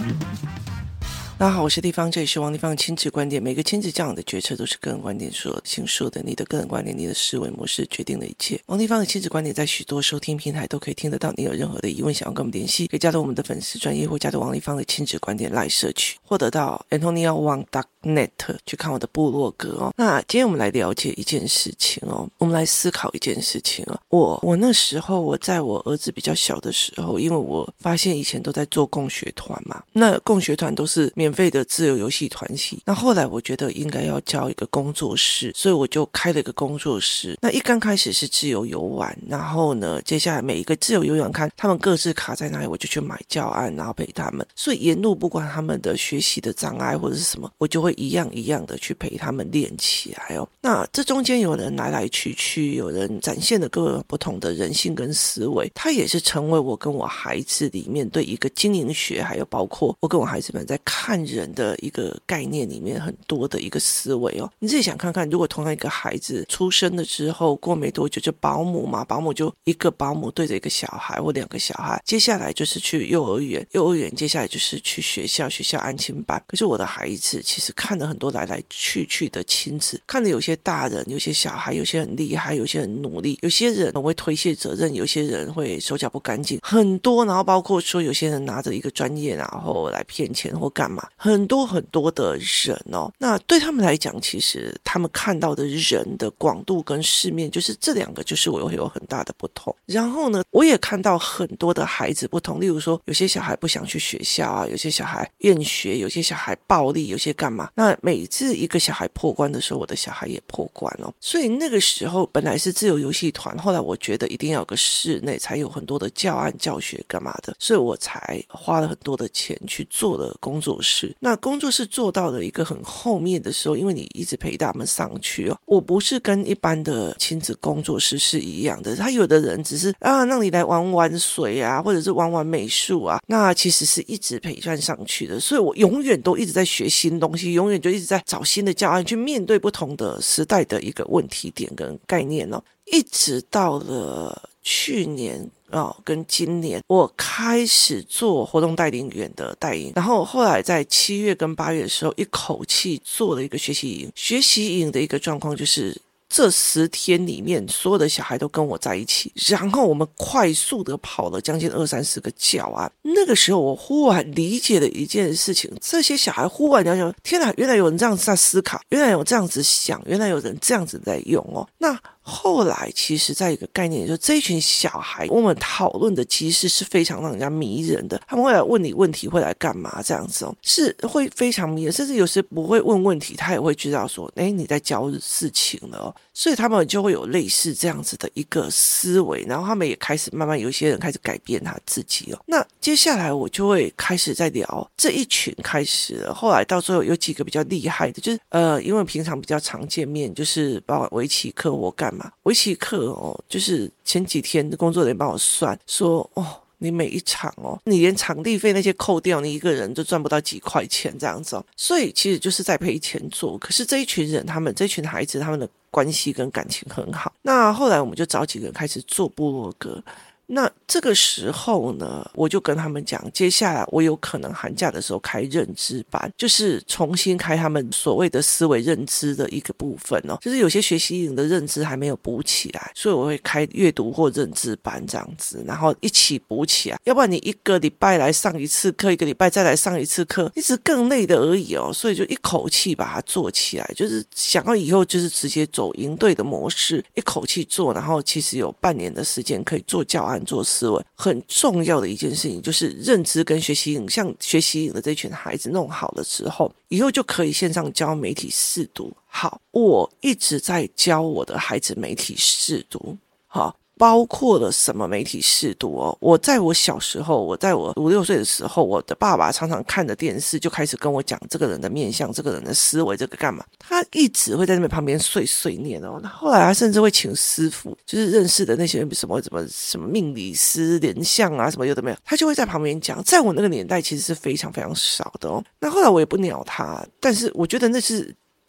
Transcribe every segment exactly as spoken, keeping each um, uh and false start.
大家好，我是地方，这里是王地方的亲子观点。每个亲子教养的决策都是个人观点所倾述的，你的个人观点、你的思维模式决定了一切。王地方的亲子观点在许多收听平台都可以听得到。你有任何的疑问想要跟我们联系，可以加入我们的粉丝专页或加入王地方的亲子观点 LINE 社区，或者到 antonia wang dot net 去看我的部落格哦。那今天我们来了解一件事情哦，我们来思考一件事情哦。我我那时候我在我儿子比较小的时候，因为我发现以前都在做共学团嘛，那共学团都是免费的自由游戏团系。那后来我觉得应该要教一个工作室，所以我就开了一个工作室。那一刚开始是自由游玩，然后呢，接下来每一个自由游玩看他们各自卡在哪里，我就去买教案，然后陪他们。所以沿路不管他们的学习的障碍或者是什么，我就会一样一样的去陪他们练起来哦。那这中间有人来来去去，有人展现了各个不同的人性跟思维，它也是成为我跟我孩子里面对一个经营学，还有包括我跟我孩子们在看人的一个概念里面很多的一个思维哦。你自己想看看，如果同样一个孩子出生了之后，过没多久就保姆嘛，保姆就一个保姆对着一个小孩或两个小孩，接下来就是去幼儿园，幼儿园接下来就是去学校，学校安亲班。可是我的孩子其实看了很多来来去去的亲子，看了有些大人，有些小孩，有些很厉害，有些很努力，有些人会推卸责任，有些人会手脚不干净，很多。然后包括说有些人拿着一个专业然后来骗钱或干嘛，很多很多的人哦。那对他们来讲，其实他们看到的人的广度跟世面，就是这两个就是我会有很大的不同。然后呢，我也看到很多的孩子不同，例如说有些小孩不想去学校啊，有些小孩厌学，有些小孩暴力，有些干嘛。那每次一个小孩破关的时候，我的小孩也破关哦。所以那个时候本来是自由游戏团，后来我觉得一定要有个室内才有很多的教案教学干嘛的，所以我才花了很多的钱去做了工作室。那工作室做到了一个很后面的时候，因为你一直陪他们上去哦，我不是跟一般的亲子工作室是一样的，他有的人只是啊让你来玩玩水啊，或者是玩玩美术啊，那其实是一直陪伴上去的。所以我永远都一直在学新东西，永远就一直在找新的教案去面对不同的时代的一个问题点跟概念哦，一直到了去年哦，跟今年我开始做活动带领员的带领，然后后来在七月跟八月的时候，一口气做了一个学习营。学习营的一个状况就是这十天里面，所有的小孩都跟我在一起，然后我们快速的跑了将近二三十个教案。那个时候，我忽然理解了一件事情：这些小孩忽然了解，天哪，原来有人这样子在思考，原来有这样子想，原来有人这样子在用哦。那后来其实在一个概念，就是这一群小孩我们讨论的其实是非常让人家迷人的，他们会来问你问题，会来干嘛这样子哦，是会非常迷人，甚至有时不会问问题，他也会知道说诶你在教事情了哦，所以他们就会有类似这样子的一个思维，然后他们也开始慢慢有些人开始改变他自己哦。那接下来我就会开始在聊这一群开始了，后来到最后有几个比较厉害的，就是呃因为平常比较常见面，就是包括围棋课我干嘛围棋课哦，就是前几天的工作人员帮我算说哦，你每一场哦，你连场地费那些扣掉，你一个人就赚不到几块钱这样子哦，所以其实就是在赔钱做。可是这一群人，他们这群孩子，他们的关系跟感情很好。那后来我们就找几个人开始做部落格。那这个时候呢，我就跟他们讲，接下来我有可能寒假的时候开认知班，就是重新开他们所谓的思维认知的一个部分哦，就是有些学习营的认知还没有补起来，所以我会开阅读或认知班这样子，然后一起补起来。要不然你一个礼拜来上一次课，一个礼拜再来上一次课，一直更累的而已哦，所以就一口气把它做起来，就是想要以后就是直接走营队的模式，一口气做，然后其实有半年的时间可以做教案做思维。很重要的一件事情就是认知跟学习营，像学习营的这群孩子弄好了之后，以后就可以线上教媒体识读。好，我一直在教我的孩子媒体识读，好，包括了什么媒体识读哦？我在我小时候，我在我五六岁的时候，我的爸爸常常看着电视就开始跟我讲这个人的面相，这个人的思维，这个干嘛？他一直会在那边旁边碎碎念哦。后来他甚至会请师傅，就是认识的那些什么什么什么命理师、联相啊，什么有的没有，他就会在旁边讲。在我那个年代，其实是非常非常少的哦。那后来我也不鸟他，但是我觉得那是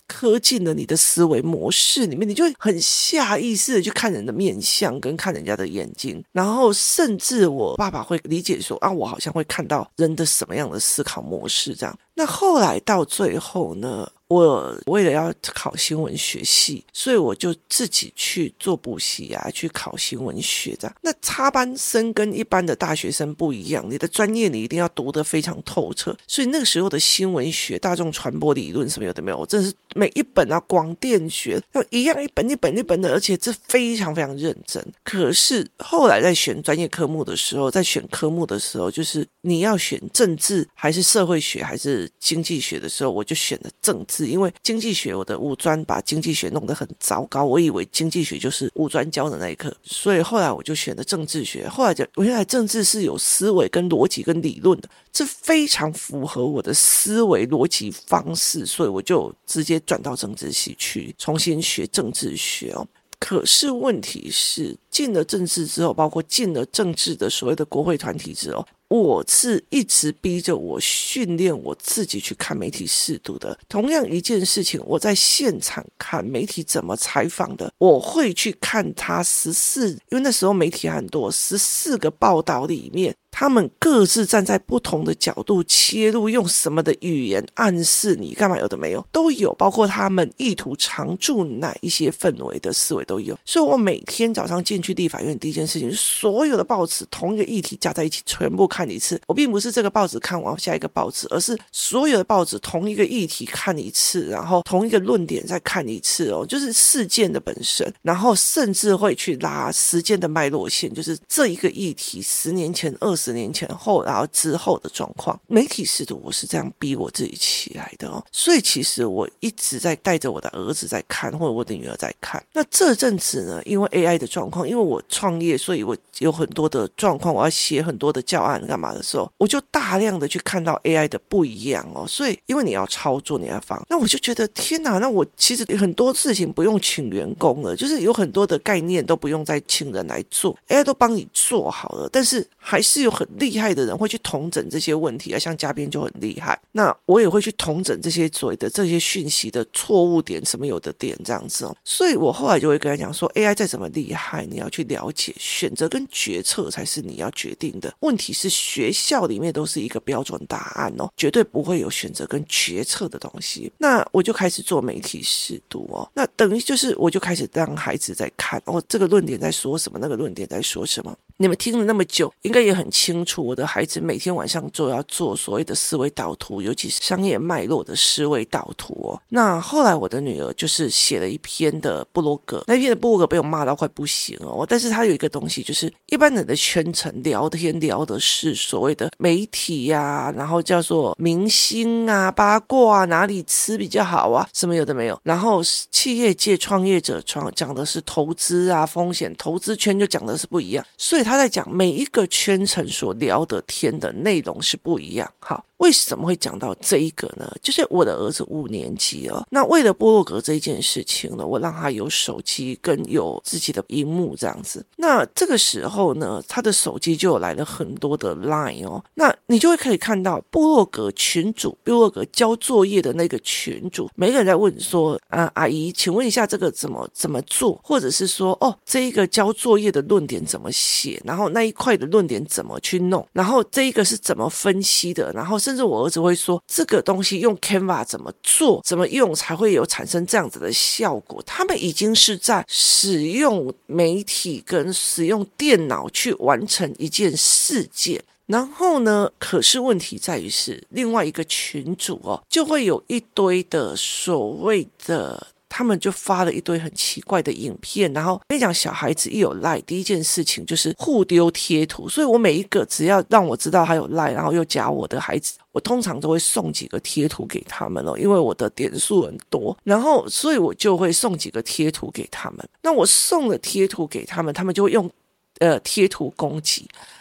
刻进了你的思维模式里面，你就会很下意识的去看人的面相跟看人家的眼睛，然后甚至我爸爸会理解说啊，我好像会看到人的什么样的思考模式这样。那后来到最后呢，我为了要考新闻学系，所以我就自己去做补习啊，去考新闻学这样。那插班生跟一般的大学生不一样，你的专业你一定要读得非常透彻，所以那个时候的新闻学、大众传播理论什么有的没有，我真的是每一本啊，广电学要一样一本一本一本的，而且这非常非常认真。可是后来在选专业科目的时候，在选科目的时候，就是你要选政治还是社会学还是经济学的时候，我就选了政治，因为经济学我的五专把经济学弄得很糟糕，我以为经济学就是五专教的那一课，所以后来我就选了政治学。后来就原来政治是有思维跟逻辑跟理论的，这非常符合我的思维逻辑方式，所以我就直接转到政治系去重新学政治学哦。可是问题是进了政治之后，包括进了政治的所谓的国会团体之后，我是一直逼着我训练我自己去看媒体识读的。同样一件事情，我在现场看媒体怎么采访的，我会去看他十四，因为那时候媒体很多，十四个报道里面，他们各自站在不同的角度切入，用什么的语言暗示你干嘛，有的没有都有，包括他们意图常驻哪一些氛围的思维都有。所以我每天早上进去立法院第一件事情，所有的报纸同一个议题加在一起全部看一次。我并不是这个报纸看完下一个报纸，而是所有的报纸同一个议题看一次，然后同一个论点再看一次哦，就是事件的本身，然后甚至会去拉时间的脉络线，就是这一个议题十年前、二十年前后，然后之后的状况。媒体识读我是这样逼我自己起来的哦，所以其实我一直在带着我的儿子在看，或者我的女儿在看。那这阵子呢，因为 A I 的状况，因为我创业，所以我有很多的状况，我要写很多的教案干嘛的时候，我就大量的去看到 A I 的不一样哦。所以因为你要操作，你要放，那我就觉得天哪，那我其实很多事情不用请员工了，就是有很多的概念都不用再请人来做， A I 都帮你做好了。但是还是有很厉害的人会去统整这些问题啊，像嘉宾就很厉害，那我也会去统整这些所谓的这些讯息的错误点，什么有的点这样子哦。所以我后来就会跟他讲说 A I 再怎么厉害，你要去了解选择跟决策才是你要决定的。问题是学校里面都是一个标准答案哦，绝对不会有选择跟决策的东西。那我就开始做媒体识读哦，那等于就是我就开始让孩子在看哦，这个论点在说什么，那个论点在说什么。你们听了那么久，应该也很清楚，我的孩子每天晚上都要做所谓的思维导图，尤其是商业脉络的思维导图哦。那后来我的女儿就是写了一篇的部落格，那篇的部落格被我骂到快不行哦。但是她有一个东西，就是一般人的圈层聊天聊的是所谓的媒体啊，然后叫做明星啊、八卦啊、哪里吃比较好啊，什么有的没有。然后企业界创业者讲的是投资啊、风险，投资圈就讲的是不一样。所以他在讲每一个圈层所聊的天的内容是不一样。好，为什么会讲到这一个呢？就是我的儿子五年级哦，那为了部落格这一件事情呢，我让他有手机跟有自己的荧幕这样子。那这个时候呢，他的手机就有来了很多的 Line 哦，那你就会可以看到部落格群组、部落格交作业的那个群组，每个人在问说啊，阿姨，请问一下这个怎么怎么做，或者是说哦，这一个交作业的论点怎么写，然后那一块的论点怎么去弄，然后这一个是怎么分析的，然后甚至我儿子会说这个东西用 Canva 怎么做，怎么用才会有产生这样子的效果。他们已经是在使用媒体跟使用电脑去完成一件事件。然后呢，可是问题在于是另外一个群组哦，就会有一堆的所谓的他们就发了一堆很奇怪的影片，然后跟你讲，小孩子一有 Line， 第一件事情就是互丢贴图，所以我每一个只要让我知道他有 Line， 然后又加我的孩子，我通常都会送几个贴图给他们哦，因为我的点数很多，然后所以我就会送几个贴图给他们。那我送了贴图给他们，他们就会用呃贴图攻击。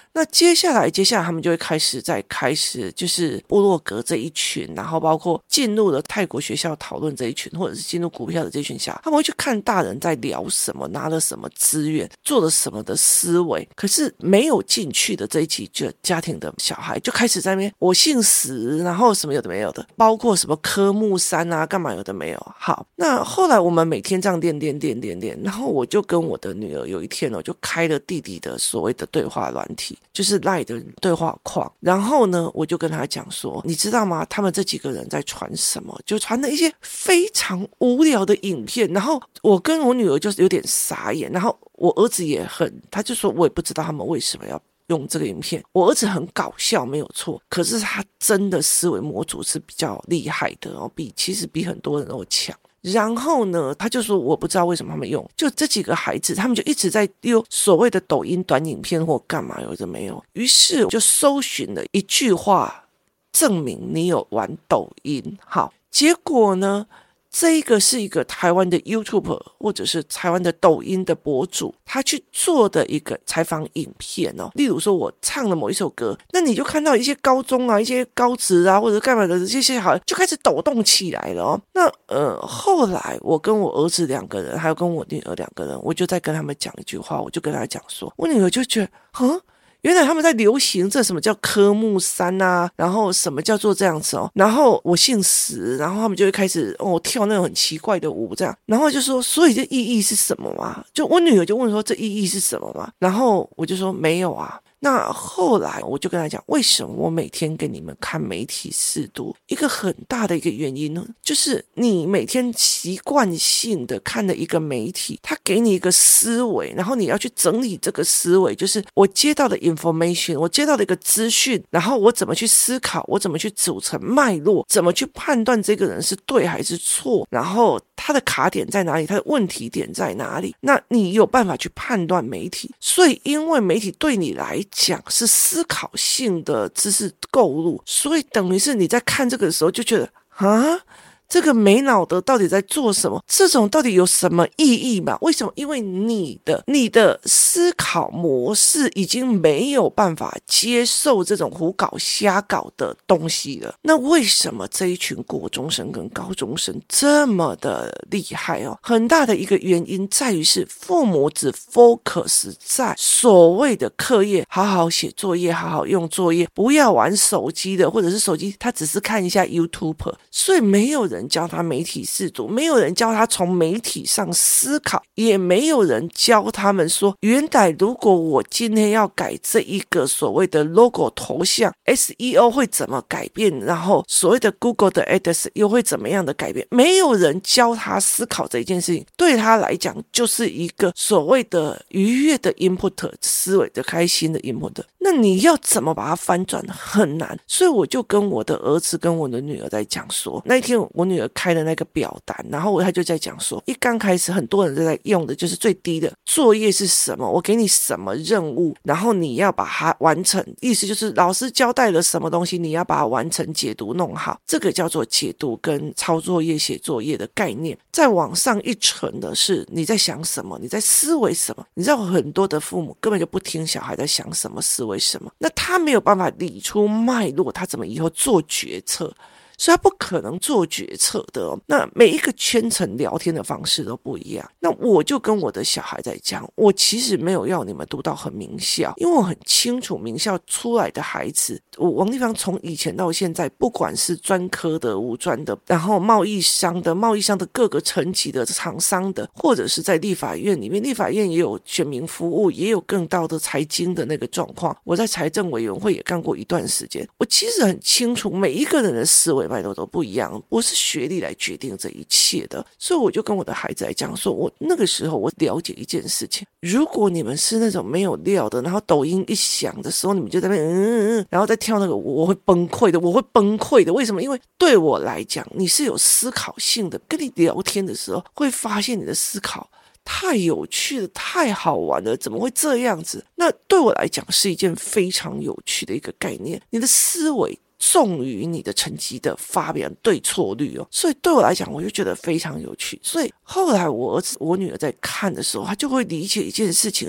那接下来接下来他们就会开始在开始就是部落格这一群，然后包括进入了泰国学校讨论这一群，或者是进入股票的这一群小孩，他们会去看大人在聊什么，拿了什么资源，做了什么的思维。可是没有进去的这一集就家庭的小孩就开始在那边我姓史，然后什么有的没有的，包括什么科目三啊干嘛有的没有。好，那后来我们每天这样练练练练练，然后我就跟我的女儿有一天我就开了弟弟的所谓的对话软体，就是 LINE 的对话框，然后呢我就跟他讲说，你知道吗，他们这几个人在传什么，就传了一些非常无聊的影片，然后我跟我女儿就是有点傻眼，然后我儿子也很，他就说我也不知道他们为什么要用这个影片。我儿子很搞笑没有错，可是他真的思维模组是比较厉害的哦，比其实比很多人都强。然后呢他就说我不知道为什么他们用，就这几个孩子他们就一直在用所谓的抖音短影片或干嘛有的没有，于是就搜寻了一句话证明你有玩抖音。好，结果呢这一个是一个台湾的 YouTuber 或者是台湾的抖音的博主，他去做的一个采访影片哦。例如说我唱了某一首歌，那你就看到一些高中啊一些高职啊或者干嘛的这些小孩就开始抖动起来了哦。那呃后来我跟我儿子两个人还有跟我女儿两个人，我就在跟他们讲一句话，我就跟他讲说，我女儿就觉得嗯原来他们在流行这什么叫科目三啊，然后什么叫做这样子哦，然后我姓史，然后他们就会开始哦跳那种很奇怪的舞这样，然后就说所以这意义是什么嘛？就我女儿就问说这意义是什么嘛？然后我就说没有啊。那后来我就跟他讲，为什么我每天给你们看媒体识读，一个很大的一个原因呢，就是你每天习惯性的看的一个媒体，它给你一个思维，然后你要去整理这个思维，就是我接到的 information， 我接到的一个资讯，然后我怎么去思考，我怎么去组成脉络，怎么去判断这个人是对还是错，然后他的卡点在哪里，他的问题点在哪里，那你有办法去判断媒体。所以因为媒体对你来讲是思考性的知识购入，所以等于是你在看这个的时候就觉得啊这个没脑的到底在做什么？这种到底有什么意义嘛？为什么？因为你的你的思考模式已经没有办法接受这种胡搞瞎搞的东西了。那为什么这一群国中生跟高中生这么的厉害哦？很大的一个原因在于是父母只 focus 在所谓的课业，好好写作业，好好用作业，不要玩手机的，或者是手机他只是看一下 YouTube， 所以没有人教他媒体识读，没有人教他从媒体上思考，也没有人教他们说，原来如果我今天要改这一个所谓的 logo 头像 S E O 会怎么改变，然后所谓的 Google 的 Ads 又会怎么样的改变，没有人教他思考这一件事情，对他来讲就是一个所谓的愉悦的 input， 思维的开心的 input， 那你要怎么把它翻转很难。所以我就跟我的儿子跟我的女儿在讲说，那一天我女儿开的那个表单，然后他就在讲说，一刚开始很多人都在用的就是最低的作业是什么，我给你什么任务，然后你要把它完成，意思就是老师交代了什么东西，你要把它完成解读弄好，这个叫做解读跟抄作业写作业的概念。再往上一层的是你在想什么，你在思维什么。你知道很多的父母根本就不听小孩在想什么思维什么，那他没有办法理出脉络，他怎么以后做决策，所以他不可能做决策的哦。那每一个圈层聊天的方式都不一样。那我就跟我的小孩在讲，我其实没有要你们读到很名校，因为我很清楚名校出来的孩子，我王立芳从以前到现在，不管是专科的、五专的，然后贸易商的、贸易商的各个层级的厂商的，或者是在立法院里面，立法院也有选民服务，也有更高的财经的那个状况。我在财政委员会也干过一段时间，我其实很清楚每一个人的思维脉络都不一样，不是学历来决定这一切的。所以我就跟我的孩子来讲说，我那个时候我了解一件事情，如果你们是那种没有料的，然后抖音一响的时候，你们就在那边嗯嗯嗯，然后再跳那个，我会崩溃的，我会崩溃的。为什么？因为对我来讲，你是有思考性的，跟你聊天的时候会发现你的思考太有趣了，太好玩了，怎么会这样子？那对我来讲是一件非常有趣的一个概念，你的思维重于你的成绩的发表对错率哦，所以对我来讲我就觉得非常有趣。所以后来我儿子我女儿在看的时候，她就会理解一件事情，说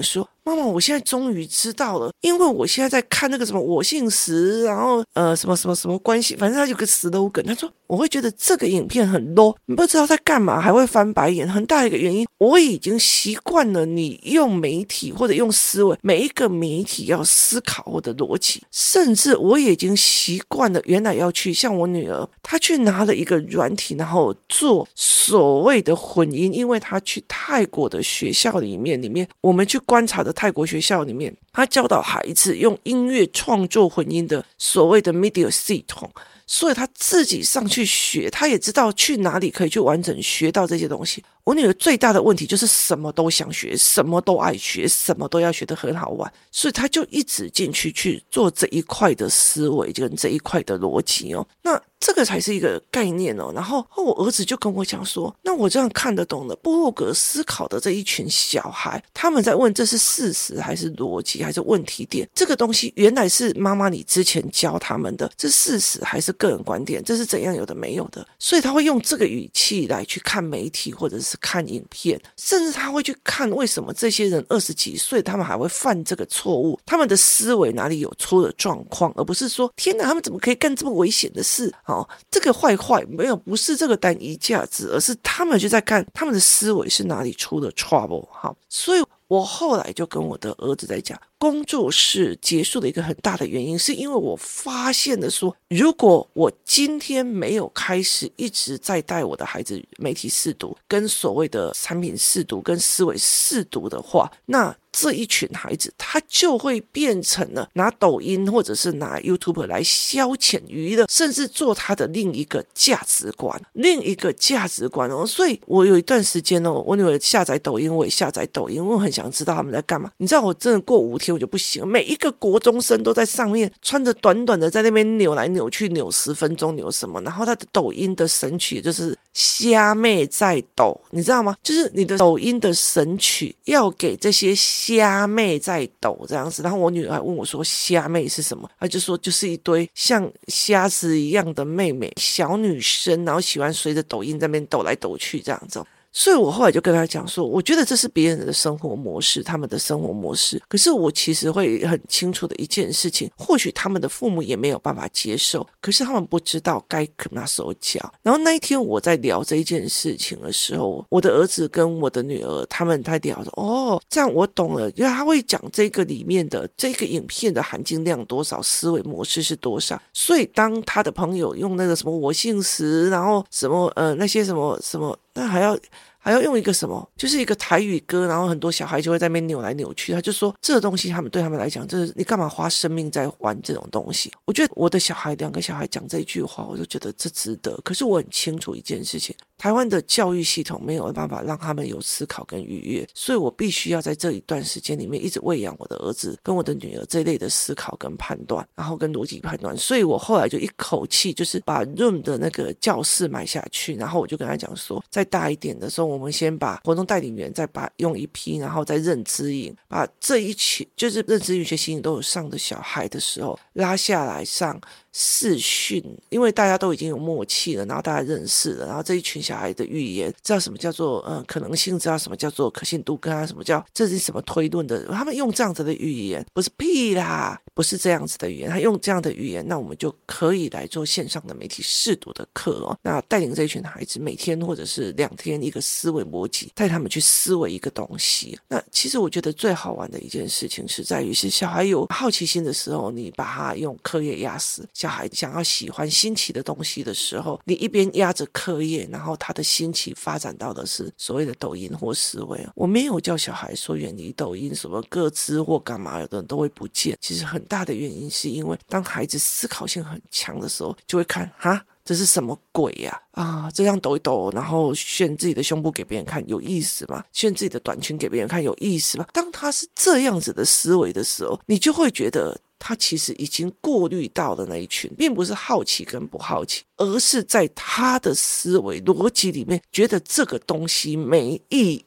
妈妈，我现在终于知道了，因为我现在在看那个什么我姓石，然后呃什么什么什么关系，反正他有个 slogan， 他说我会觉得这个影片很 low， 你不知道在干嘛，还会翻白眼，很大一个原因，我已经习惯了你用媒体或者用思维，每一个媒体要思考我的逻辑，甚至我也已经习惯了，原来要去像我女儿，她去拿了一个软体，然后做所谓的混音，因为她去泰国的学校里面，里面我们去观察的泰国学校里面，她教导孩子用音乐创作混音的所谓的 media 系统。所以他自己上去学，他也知道去哪里可以去完整学到这些东西。我女儿最大的问题就是什么都想学，什么都爱学，什么都要学得很好玩，所以他就一直进去去做这一块的思维跟这一块的逻辑哦。那这个才是一个概念哦。然后我儿子就跟我讲说，那我这样看得懂的部落格思考的这一群小孩，他们在问这是事实还是逻辑还是问题点，这个东西原来是妈妈你之前教他们的，这事实还是个人观点，这是怎样有的没有的，所以他会用这个语气来去看媒体或者是看影片，甚至他会去看为什么这些人二十几岁他们还会犯这个错误，他们的思维哪里有出了状况，而不是说天哪他们怎么可以干这么危险的事。哦，这个坏坏没有，不是这个单一价值，而是他们就在看他们的思维是哪里出了 trouble。 好，所以我后来就跟我的儿子在讲，工作室结束的一个很大的原因是因为我发现的说，如果我今天没有开始一直在带我的孩子媒体识读跟所谓的产品识读跟思维识读的话，那这一群孩子他就会变成了拿抖音或者是拿 YouTube 来消遣娱乐，甚至做他的另一个价值观另一个价值观哦。所以我有一段时间哦，我女儿下载抖音，我也下载抖音，我很想知道他们在干嘛。你知道我真的过五天我就不行，每一个国中生都在上面穿着短短的在那边扭来扭去，扭十分钟扭什么，然后他的抖音的神曲就是虾妹在抖，你知道吗？就是你的抖音的神曲要给这些虾妹在抖这样子。然后我女儿还问我说虾妹是什么，她就说就是一堆像虾子一样的妹妹小女生，然后喜欢随着抖音在那边抖来抖去这样子。所以我后来就跟他讲说，我觉得这是别人的生活模式，他们的生活模式，可是我其实会很清楚的一件事情，或许他们的父母也没有办法接受，可是他们不知道该跟他手教。然后那一天我在聊这一件事情的时候，我的儿子跟我的女儿他们在聊说，哦，这样我懂了，因为他会讲这个里面的这个影片的含金量多少，思维模式是多少。所以当他的朋友用那个什么我姓石，然后什么呃那些什么什么，那还要还要用一个什么，就是一个台语歌，然后很多小孩就会在那边扭来扭去。他就说这个东西他们对他们来讲，就是你干嘛花生命在玩这种东西。我觉得我的小孩两个小孩讲这一句话，我就觉得这值得。可是我很清楚一件事情，台湾的教育系统没有办法让他们有思考跟愉悦，所以我必须要在这一段时间里面一直喂养我的儿子跟我的女儿这一类的思考跟判断，然后跟逻辑判断。所以我后来就一口气就是把 Room 的那个教室买下去，然后我就跟他讲说，再大一点的时候我们先把活动带领员再把用一批，然后再认知营把这一群就是认知营学习营都有上的小孩的时候拉下来上视讯，因为大家都已经有默契了，然后大家认识了，然后这一群小孩的语言知道什么叫做呃可能性，知道什么叫做可信度，跟他什么叫这是什么推论的，他们用这样子的语言，不是屁啦，不是这样子的语言，他用这样的语言，那我们就可以来做线上的媒体识读的课哦。那带领这一群孩子每天或者是两天一个思维逻辑，带他们去思维一个东西。那其实我觉得最好玩的一件事情是在于是小孩有好奇心的时候，你把他用课业压死，小孩想要喜欢新奇的东西的时候，你一边压着课业，然后他的新奇发展到的是所谓的抖音或思维。我没有叫小孩说远离抖音，什么各自或干嘛，有的人都会不见。其实很大的原因是因为当孩子思考性很强的时候，就会看哈这是什么鬼呀、啊？啊，这样抖一抖，然后炫自己的胸部给别人看，有意思吗？炫自己的短裙给别人看，有意思吗？当他是这样子的思维的时候，你就会觉得他其实已经过滤到的那一群，并不是好奇跟不好奇，而是在他的思维逻辑里面觉得这个东西没意义，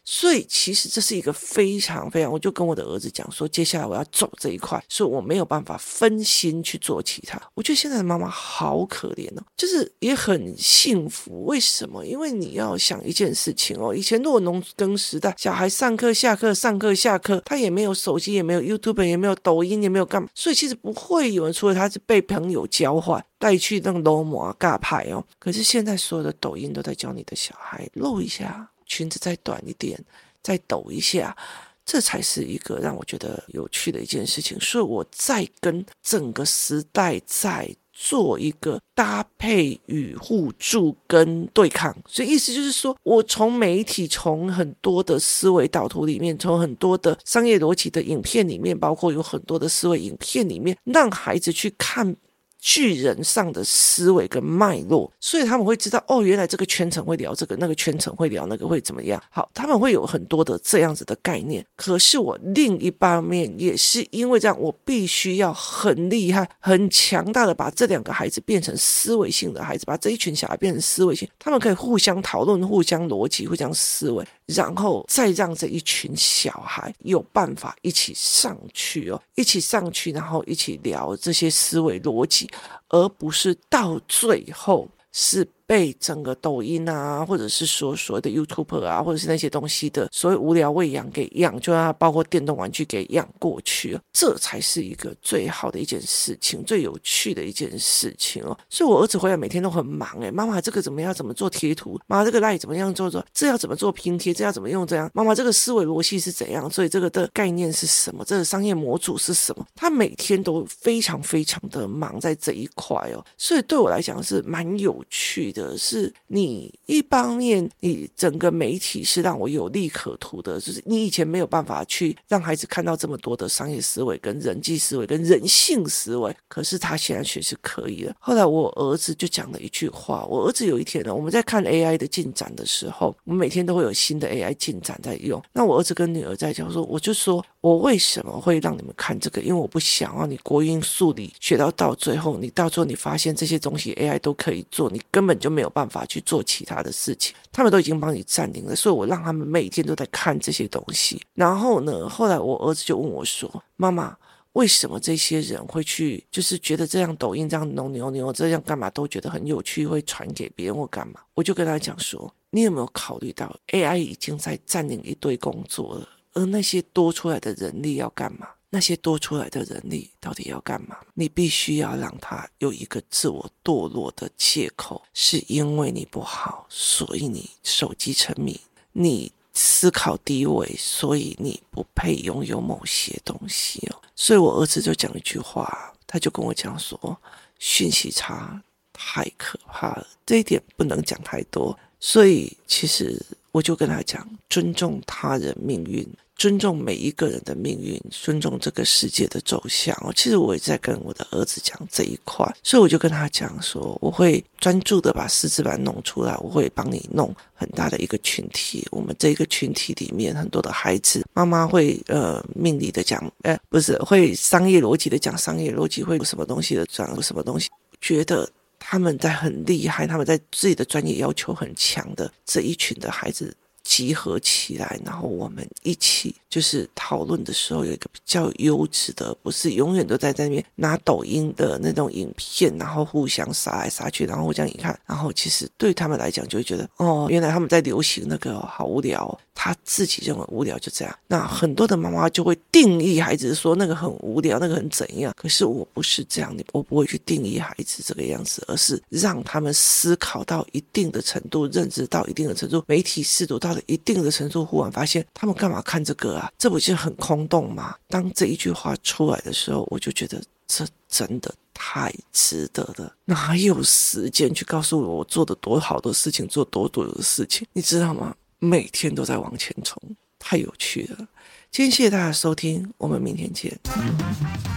所以其实这是一个非常非常，我就跟我的儿子讲说，接下来我要走这一块，所以我没有办法分心去做其他。我觉得现在的妈妈好可怜哦，就是也很幸福。为什么？因为你要想一件事情哦，以前如果农耕时代，小孩上课下课上课下课，他也没有手机，也没有 YouTube， 也没有抖音，也没有干嘛，所以其实不会有人，除了他是被朋友交换带去那个罗马尬派哦。可是现在所有的抖音都在教你的小孩露一下，裙子再短一点，再抖一下，这才是一个让我觉得有趣的一件事情。所以我在跟整个时代在做一个搭配与互助跟对抗，所以意思就是说，我从媒体，从很多的思维导图里面，从很多的商业逻辑的影片里面，包括有很多的思维影片里面，让孩子去看巨人上的思维跟脉络，所以他们会知道哦，原来这个圈层会聊这个，那个圈层会聊那个，会怎么样。好，他们会有很多的这样子的概念。可是我另一方面也是因为这样，我必须要很厉害很强大的把这两个孩子变成思维性的孩子，把这一群小孩变成思维性，他们可以互相讨论，互相逻辑，互相思维，然后再让这一群小孩有办法一起上去哦，一起上去，然后一起聊这些思维逻辑，而不是到最后是被整个抖音啊，或者是说所谓的 YouTuber 啊，或者是那些东西的所谓无聊喂养给养，就让它包括电动玩具给养过去，这才是一个最好的一件事情，最有趣的一件事情哦。所以我儿子回来每天都很忙诶，妈妈这个怎么样怎么做贴图，妈妈这个 LINE 怎么样做做，这要怎么做拼贴，这要怎么用这样，妈妈这个思维逻辑是怎样，所以这个的概念是什么，这个商业模组是什么，他每天都非常非常的忙在这一块哦。所以对我来讲是蛮有趣的，是你一方面你整个媒体是让我有利可图的，就是你以前没有办法去让孩子看到这么多的商业思维跟人际思维跟人性思维，可是他现在却是可以的。后来我儿子就讲了一句话，我儿子有一天呢，我们在看 A I 的进展的时候，我们每天都会有新的 A I 进展在用，那我儿子跟女儿在讲说，我就说我为什么会让你们看这个，因为我不想要你国英数理学到到最后，你到最后你发现这些东西 A I 都可以做，你根本就没有办法去做其他的事情，他们都已经帮你占领了，所以我让他们每天都在看这些东西。然后呢，后来我儿子就问我说，妈妈，为什么这些人会去就是觉得这样抖音这样弄牛牛这样干嘛都觉得很有趣，会传给别人或干嘛？我就跟他讲说，你有没有考虑到 A I 已经在占领一堆工作了，而那些多出来的人力要干嘛？那些多出来的人力到底要干嘛？你必须要让他有一个自我堕落的借口，是因为你不好，所以你手机沉迷，你思考低微，所以你不配拥有某些东西哦。所以我儿子就讲一句话，他就跟我讲说，讯息差太可怕了，这一点不能讲太多。所以其实我就跟他讲，尊重他人命运，尊重每一个人的命运，尊重这个世界的走向。其实我也在跟我的儿子讲这一块，所以我就跟他讲说，我会专注的把识字版弄出来，我会帮你弄很大的一个群体，我们这个群体里面很多的孩子，妈妈会呃命理的讲，呃不是会商业逻辑的讲商业逻辑，会有什么东西的讲什么东西，觉得他们在很厉害，他们在自己的专业要求很强的这一群的孩子集合起来，然后我们一起就是讨论的时候有一个比较优质的，不是永远都在那边拿抖音的那种影片，然后互相杀来杀去，然后这样一看，然后其实对他们来讲就会觉得，哦，原来他们在流行那个，好无聊哦，他自己认为无聊就这样。那很多的妈妈就会定义孩子说那个很无聊，那个很怎样，可是我不是这样，我不会去定义孩子这个样子，而是让他们思考到一定的程度，认知到一定的程度，媒体试读到了一定的程度，忽然发现他们干嘛看这个啊，这不是很空洞吗？当这一句话出来的时候，我就觉得这真的太值得了，哪有时间去告诉我我做的多好的事情，做多多的事情，你知道吗？每天都在往前冲，太有趣了。今天谢谢大家收听，我们明天见。